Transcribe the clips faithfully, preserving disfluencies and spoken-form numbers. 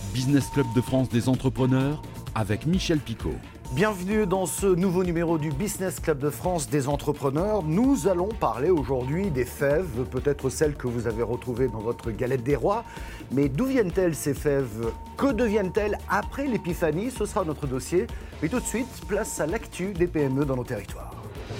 Business Club de France des entrepreneurs avec Michel Picot. Bienvenue dans ce nouveau numéro du Business Club de France des entrepreneurs. Nous allons parler aujourd'hui des fèves, peut-être celles que vous avez retrouvées dans votre galette des rois. Mais d'où viennent-elles ces fèves? Que deviennent-elles après l'épiphanie? Ce sera notre dossier. Mais tout de suite, place à l'actu des P M E dans nos territoires.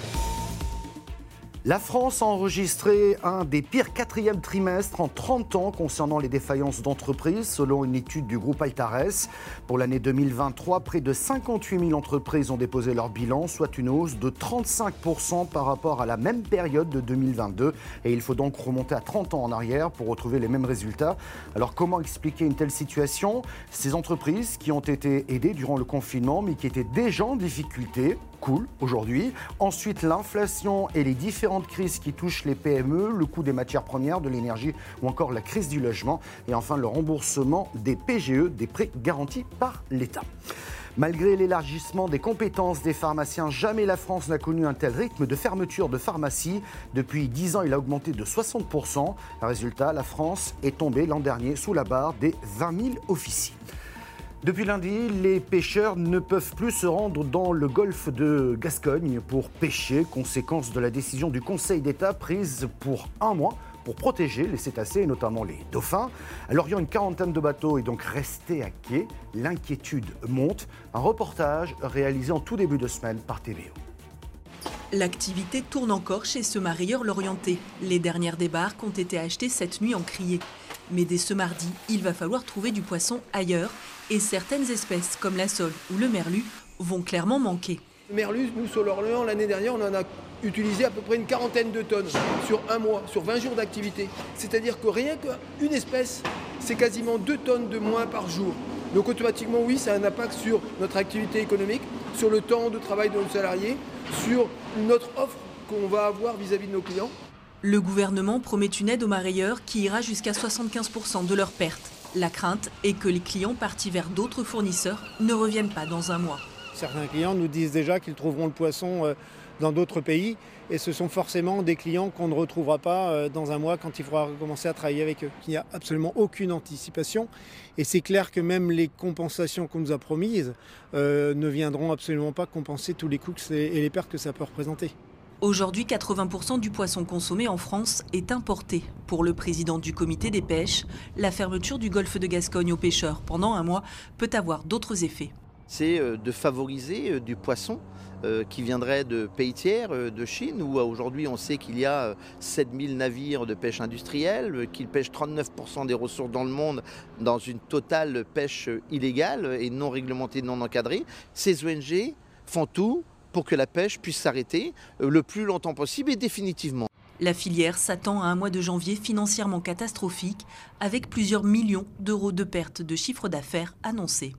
La France a enregistré un des pires quatrièmes trimestres en trente ans concernant les défaillances d'entreprises, selon une étude du groupe Altares. Pour l'année deux mille vingt-trois, près de cinquante-huit mille entreprises ont déposé leur bilan, soit une hausse de trente-cinq pour cent par rapport à la même période de deux mille vingt-deux. Et il faut donc remonter à trente ans en arrière pour retrouver les mêmes résultats. Alors comment expliquer une telle situation? Ces entreprises qui ont été aidées durant le confinement, mais qui étaient déjà en difficulté, cool aujourd'hui. Ensuite, l'inflation et les différentes crises qui touchent les P M E, le coût des matières premières, de l'énergie ou encore la crise du logement. Et enfin, le remboursement des P G E, des prêts garantis par l'État. Malgré l'élargissement des compétences des pharmaciens, jamais la France n'a connu un tel rythme de fermeture de pharmacie. Depuis dix ans, il a augmenté de soixante pour cent. Résultat, la France est tombée l'an dernier sous la barre des vingt mille officines. Depuis lundi, les pêcheurs ne peuvent plus se rendre dans le golfe de Gascogne pour pêcher, conséquence de la décision du Conseil d'État prise pour un mois pour protéger les cétacés, et notamment les dauphins. À Lorient, une quarantaine de bateaux est donc resté à quai. L'inquiétude monte. Un reportage réalisé en tout début de semaine par T V O. L'activité tourne encore chez ce mareyeur lorientais. Les dernières débarques ont été achetées cette nuit en criée. Mais dès ce mardi, il va falloir trouver du poisson ailleurs et certaines espèces comme la sole ou le merlu vont clairement manquer. Le merlu, nous sur l'Orient, l'année dernière, on en a utilisé à peu près une quarantaine de tonnes sur un mois, sur vingt jours d'activité. C'est-à-dire que rien qu'une espèce, c'est quasiment deux tonnes de moins par jour. Donc automatiquement, oui, ça a un impact sur notre activité économique, sur le temps de travail de nos salariés, sur notre offre qu'on va avoir vis-à-vis de nos clients. Le gouvernement promet une aide aux mareyeurs qui ira jusqu'à soixante-quinze pour cent de leurs pertes. La crainte est que les clients partis vers d'autres fournisseurs ne reviennent pas dans un mois. Certains clients nous disent déjà qu'ils trouveront le poisson dans d'autres pays et ce sont forcément des clients qu'on ne retrouvera pas dans un mois quand il faudra recommencer à travailler avec eux. Il n'y a absolument aucune anticipation et c'est clair que même les compensations qu'on nous a promises euh, ne viendront absolument pas compenser tous les coûts et les pertes que ça peut représenter. Aujourd'hui, quatre-vingts pour cent du poisson consommé en France est importé. Pour le président du comité des pêches, la fermeture du golfe de Gascogne aux pêcheurs pendant un mois peut avoir d'autres effets. C'est de favoriser du poisson qui viendrait de pays tiers, de Chine, où aujourd'hui on sait qu'il y a sept mille navires de pêche industrielle, qu'ils pêchent trente-neuf pour cent des ressources dans le monde dans une totale pêche illégale et non réglementée, non encadrée. Ces O N G font tout pour que la pêche puisse s'arrêter le plus longtemps possible et définitivement. La filière s'attend à un mois de janvier financièrement catastrophique, avec plusieurs millions d'euros de pertes de chiffre d'affaires annoncés.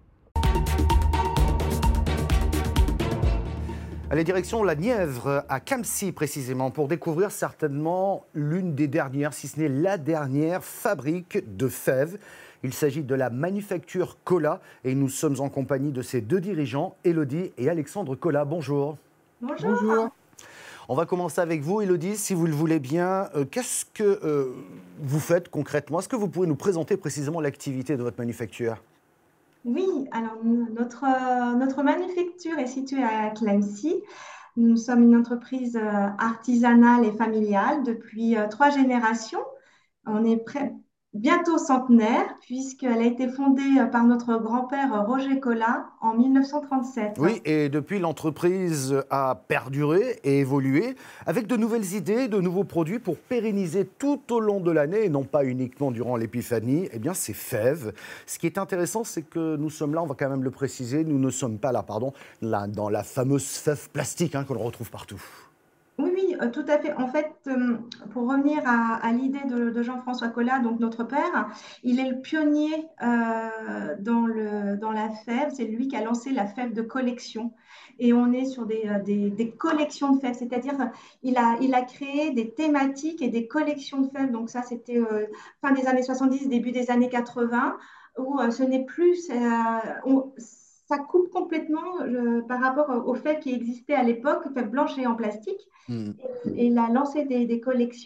Allez, direction la Nièvre, à Camcy précisément, pour découvrir certainement l'une des dernières, si ce n'est la dernière, fabrique de fèves. Il s'agit de la manufacture Cola et nous sommes en compagnie de ses deux dirigeants, Élodie et Alexandre Cola. Bonjour. Bonjour. Bonjour. On va commencer avec vous, Élodie, si vous le voulez bien. Euh, qu'est-ce que euh, vous faites concrètement? Est-ce que vous pouvez nous présenter précisément l'activité de votre manufacture? Oui, alors notre, euh, notre manufacture est située à Clamecy. Nous sommes une entreprise euh, artisanale et familiale depuis euh, trois générations. On est prêt, bientôt centenaire, puisqu'elle a été fondée euh, par notre grand-père euh, Roger Cola en mille neuf cent trente-sept. Oui, et depuis, l'entreprise a perduré et évolué avec de nouvelles idées, de nouveaux produits pour pérenniser tout au long de l'année et non pas uniquement durant l'épiphanie. Eh bien, ces fèves. Ce qui est intéressant, c'est que nous sommes là, on va quand même le préciser, nous ne sommes pas là, pardon, là, dans la fameuse fève plastique hein, que l'on retrouve partout. Oui, oui, euh, tout à fait. En fait, euh, pour revenir à, à l'idée de, de Jean-François Colas, donc notre père, il est le pionnier euh, dans le, dans la fève. C'est lui qui a lancé la fève de collection. Et on est sur des, euh, des, des collections de fèves, c'est-à-dire il a, il a créé des thématiques et des collections de fèves. Donc ça, c'était euh, fin des années soixante-dix, début des années quatre-vingts, où euh, ce n'est plus... euh, on- ça coupe complètement euh, par rapport aux fèves qui existaient à l'époque, fèves blanches et en plastique. Hmm. Et il a lancé des, des collections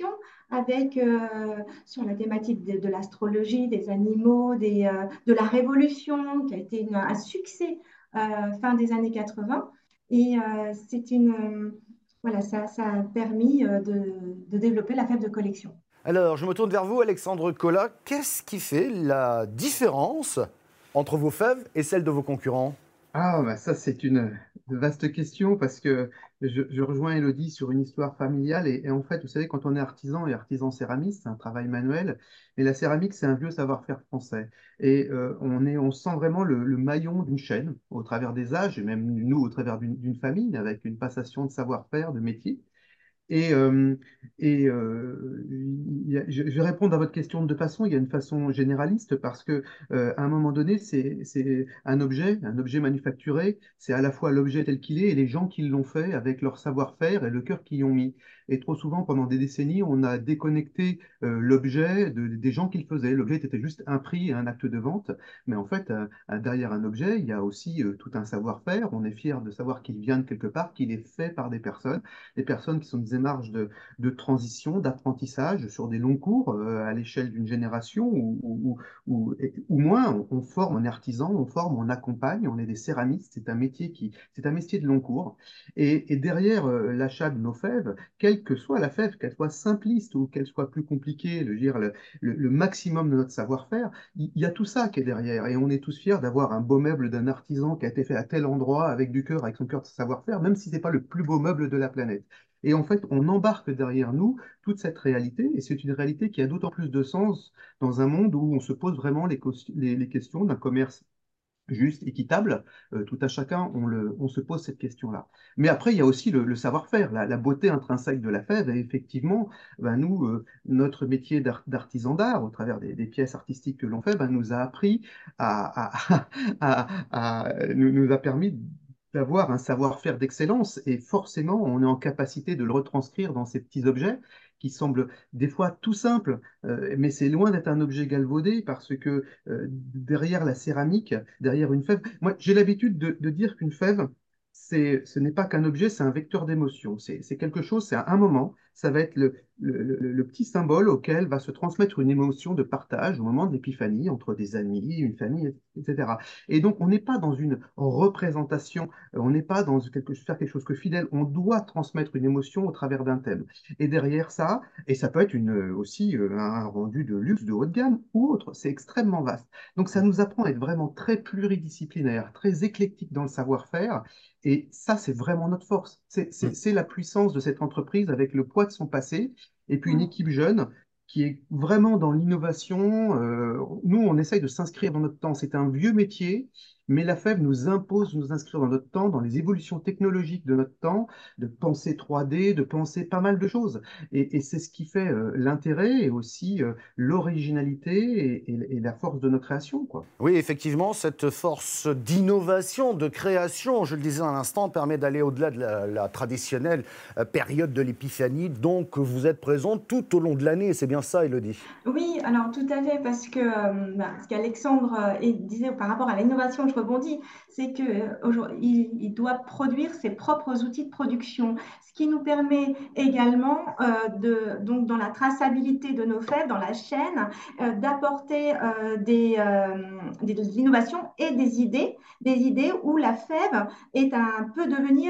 avec euh, sur la thématique de, de l'astrologie, des animaux, des, euh, de la Révolution, qui a été une- un succès euh, fin des années quatre-vingts. Et euh, c'est une, euh, voilà, ça, ça a permis euh, de, de développer la fève de collection. Alors, je me tourne vers vous, Alexandre Collat. Qu'est-ce qui fait la différence entre vos fèves et celles de vos concurrents? Ah, bah ça, c'est une vaste question parce que je, je rejoins Elodie sur une histoire familiale. Et, et en fait, vous savez, quand on est artisan et artisan céramiste, c'est un travail manuel, mais la céramique, c'est un vieux savoir-faire français. Et euh, on est, on sent vraiment le, le maillon d'une chaîne au travers des âges, et même nous au travers d'une d'une famille, avec une passation de savoir-faire, de métier. Et, euh, et euh, il y a- je, je vais répondre à votre question de deux façons. Il y a une façon généraliste parce que euh, à un moment donné, c'est, c'est un objet, un objet manufacturé, c'est à la fois l'objet tel qu'il est et les gens qui l'ont fait avec leur savoir-faire et le cœur qu'ils y ont mis. Et trop souvent, pendant des décennies, on a déconnecté euh, l'objet de- des gens qui le faisaient. L'objet était juste un prix et un acte de vente, mais en fait, euh, euh, derrière un objet, il y a aussi euh, tout un savoir-faire. On est fier de savoir qu'il vient de quelque part, qu'il est fait par des personnes des personnes qui sont des démarches de, de transition, d'apprentissage sur des longs cours euh, à l'échelle d'une génération ou, ou, ou, ou moins. On, on forme, on est artisan, on forme, on accompagne, on est des céramistes. C'est un métier qui, c'est un métier de long cours. Et, et derrière euh, l'achat de nos fèves, quelle que soit la fève, qu'elle soit simpliste ou qu'elle soit plus compliquée, le, dire, le, le, le maximum de notre savoir-faire, il y, y a tout ça qui est derrière. Et on est tous fiers d'avoir un beau meuble d'un artisan qui a été fait à tel endroit avec du cœur, avec son cœur de savoir-faire, même si ce n'est pas le plus beau meuble de la planète. Et en fait, on embarque derrière nous toute cette réalité, et c'est une réalité qui a d'autant plus de sens dans un monde où on se pose vraiment les, les, les questions d'un commerce juste, équitable. Euh, tout à chacun, on, le, on se pose cette question-là. Mais après, il y a aussi le, le savoir-faire, la, la, beauté intrinsèque de la fève. Et effectivement, ben nous, euh, notre métier d'artisan d'art, au travers des, des, pièces artistiques que l'on fait, ben, nous a appris à, à, à, à nous, nous a permis d'avoir un savoir-faire d'excellence et forcément on est en capacité de le retranscrire dans ces petits objets qui semblent des fois tout simples, euh, mais c'est loin d'être un objet galvaudé parce que euh, derrière la céramique, derrière une fève, moi j'ai l'habitude de, de dire qu'une fève, c'est, ce n'est pas qu'un objet, c'est un vecteur d'émotion. C'est, c'est quelque chose, c'est un moment, ça va être le, le, le, le petit symbole auquel va se transmettre une émotion de partage au moment de l'épiphanie entre des amis, une famille, et cetera. Et donc on n'est pas dans une représentation, on n'est pas dans quelque, faire quelque chose que fidèle, on doit transmettre une émotion au travers d'un thème. Et derrière ça, et ça peut être une, aussi euh, un rendu de luxe, de haut de gamme ou autre, c'est extrêmement vaste. Donc ça nous apprend à être vraiment très pluridisciplinaire, très éclectique dans le savoir-faire, et ça c'est vraiment notre force. C'est c'est- c'est la puissance de cette entreprise avec le poids de son passé, et puis une équipe jeune qui est vraiment dans l'innovation. Euh, nous, on essaye de s'inscrire dans notre temps. C'est un vieux métier, mais la fève nous impose de nous inscrire dans notre temps, dans les évolutions technologiques de notre temps, de penser trois D, de penser pas mal de choses. Et, et c'est ce qui fait euh, l'intérêt et aussi euh, l'originalité et, et- et la force de nos créations, quoi. Oui, effectivement, cette force d'innovation, de création, je le disais à l'instant, permet d'aller au-delà de la, la traditionnelle euh, période de l'épiphanie. Donc, vous êtes présent tout au long de l'année, c'est bien ça, Élodie? Oui, alors tout à fait, parce que euh, bah, ce qu'Alexandre euh, et disait par rapport à l'innovation, je rebondis, c'est qu'il il doit produire ses propres outils de production, ce qui nous permet également, euh, de, donc dans la traçabilité de nos fèves, dans la chaîne, euh, d'apporter euh, des, euh, des innovations et des idées, des idées où la fève est un peu devenir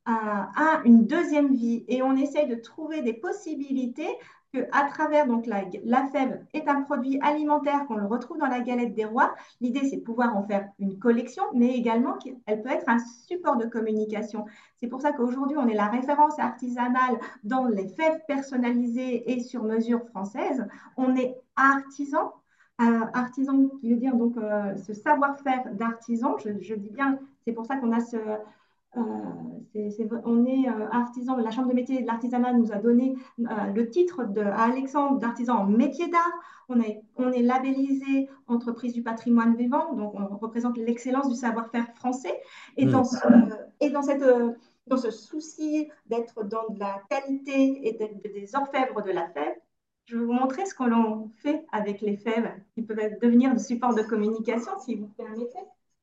à, à une deuxième vie. Et on essaye de trouver des possibilités que à travers donc la, la fève est un produit alimentaire qu'on le retrouve dans la galette des rois. L'idée, c'est de pouvoir en faire une collection, mais également qu'elle peut être un support de communication. C'est pour ça qu'aujourd'hui, on est la référence artisanale dans les fèves personnalisées et sur mesure française. On est artisan, euh, artisan qui veut dire donc euh, ce savoir-faire d'artisan. Je, je, dis bien, c'est pour ça qu'on a ce, euh, c'est, c'est, on est euh, artisan, la Chambre de métier et de l'artisanat nous a donné euh, le titre de, à Alexandre d'artisan en métier d'art. On est, on est labellisé entreprise du patrimoine vivant, donc on représente l'excellence du savoir-faire français. Et Mm. dans ce, et dans cette, dans ce souci d'être dans de la qualité et d'être des orfèvres de la fève, je vais vous montrer ce que l'on fait avec les fèves qui peuvent devenir de support de communication, si vous permettez.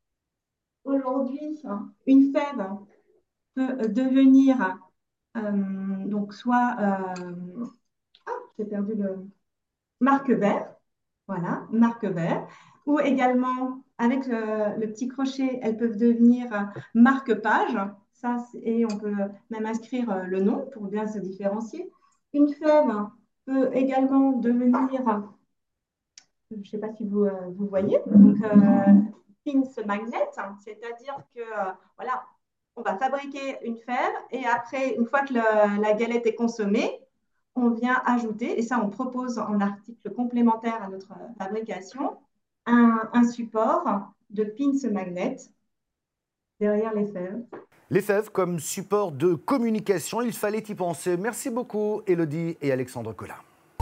Aujourd'hui, une fève peut devenir euh, donc soit euh, j'ai perdu le marque vert, voilà, marque vert, ou également avec le, le petit crochet, elles peuvent devenir marque-page, ça, et on peut même inscrire le nom pour bien se différencier. Une fève peut également devenir, je ne sais pas si vous, vous voyez, donc euh, pins magnet, c'est-à-dire que euh, voilà, on va fabriquer une fève et après, une fois que le, la galette est consommée, on vient ajouter, et ça on propose en article complémentaire à notre fabrication, un, un support de pins magnet derrière les fèves. Les fèves comme support de communication, il fallait y penser. Merci beaucoup Élodie et Alexandre Collin.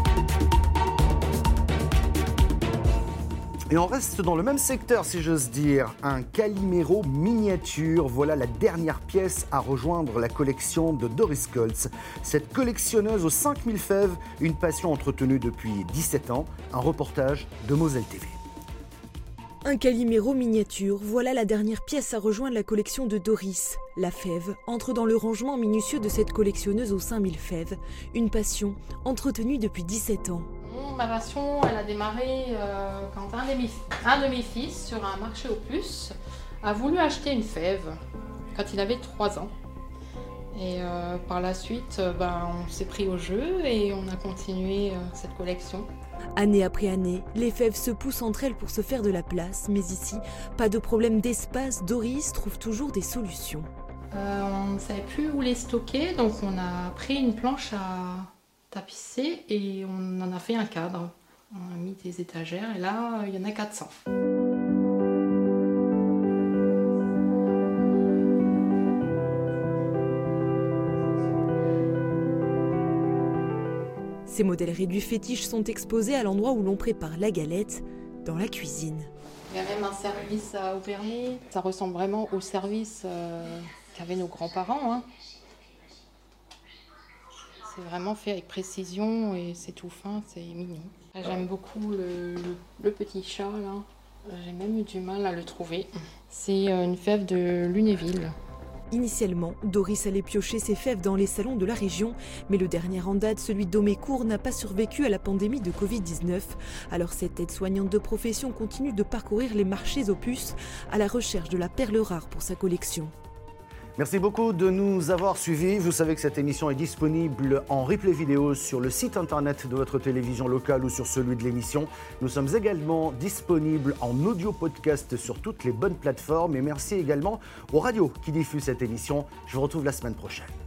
Et on reste dans le même secteur, si j'ose dire, un Calimero miniature. Voilà la dernière pièce à rejoindre la collection de Doris Coltz. Cette collectionneuse aux cinq mille fèves, une passion entretenue depuis dix-sept ans. Un reportage de Moselle T V. Un Calimero miniature, voilà la dernière pièce à rejoindre la collection de Doris. La fève entre dans le rangement minutieux de cette collectionneuse aux cinq mille fèves. Une passion entretenue depuis dix-sept ans. Ma passion, elle a démarré euh, quand un de, mes, un de mes fils, sur un marché aux puces, a voulu acheter une fève quand il avait trois ans. Et euh, par la suite, euh, ben, on s'est pris au jeu et on a continué euh, cette collection. Année après année, les fèves se poussent entre elles pour se faire de la place, mais ici, pas de problème d'espace, Doris trouve toujours des solutions. Euh, on ne savait plus où les stocker, donc on a pris une planche à tapisser et on en a fait un cadre. On a mis des étagères et là, il y en a quatre cents. Ces modèles réduits fétiches sont exposés à l'endroit où l'on prépare la galette, dans la cuisine. Il y a même un service à Auvernay. Ça ressemble vraiment au service euh, qu'avaient nos grands-parents. Hein. C'est vraiment fait avec précision et c'est tout fin, c'est mignon. J'aime beaucoup le, le, le petit chat là. J'ai même eu du mal à le trouver. C'est une fève de Lunéville. Initialement, Doris allait piocher ses fèves dans les salons de la région, mais le dernier en date, celui d'Omécourt, n'a pas survécu à la pandémie de covid dix-neuf. Alors cette aide-soignante de profession continue de parcourir les marchés aux puces à la recherche de la perle rare pour sa collection. Merci beaucoup de nous avoir suivis. Vous savez que cette émission est disponible en replay vidéo sur le site internet de votre télévision locale ou sur celui de l'émission. Nous sommes également disponibles en audio podcast sur toutes les bonnes plateformes. Et merci également aux radios qui diffusent cette émission. Je vous retrouve la semaine prochaine.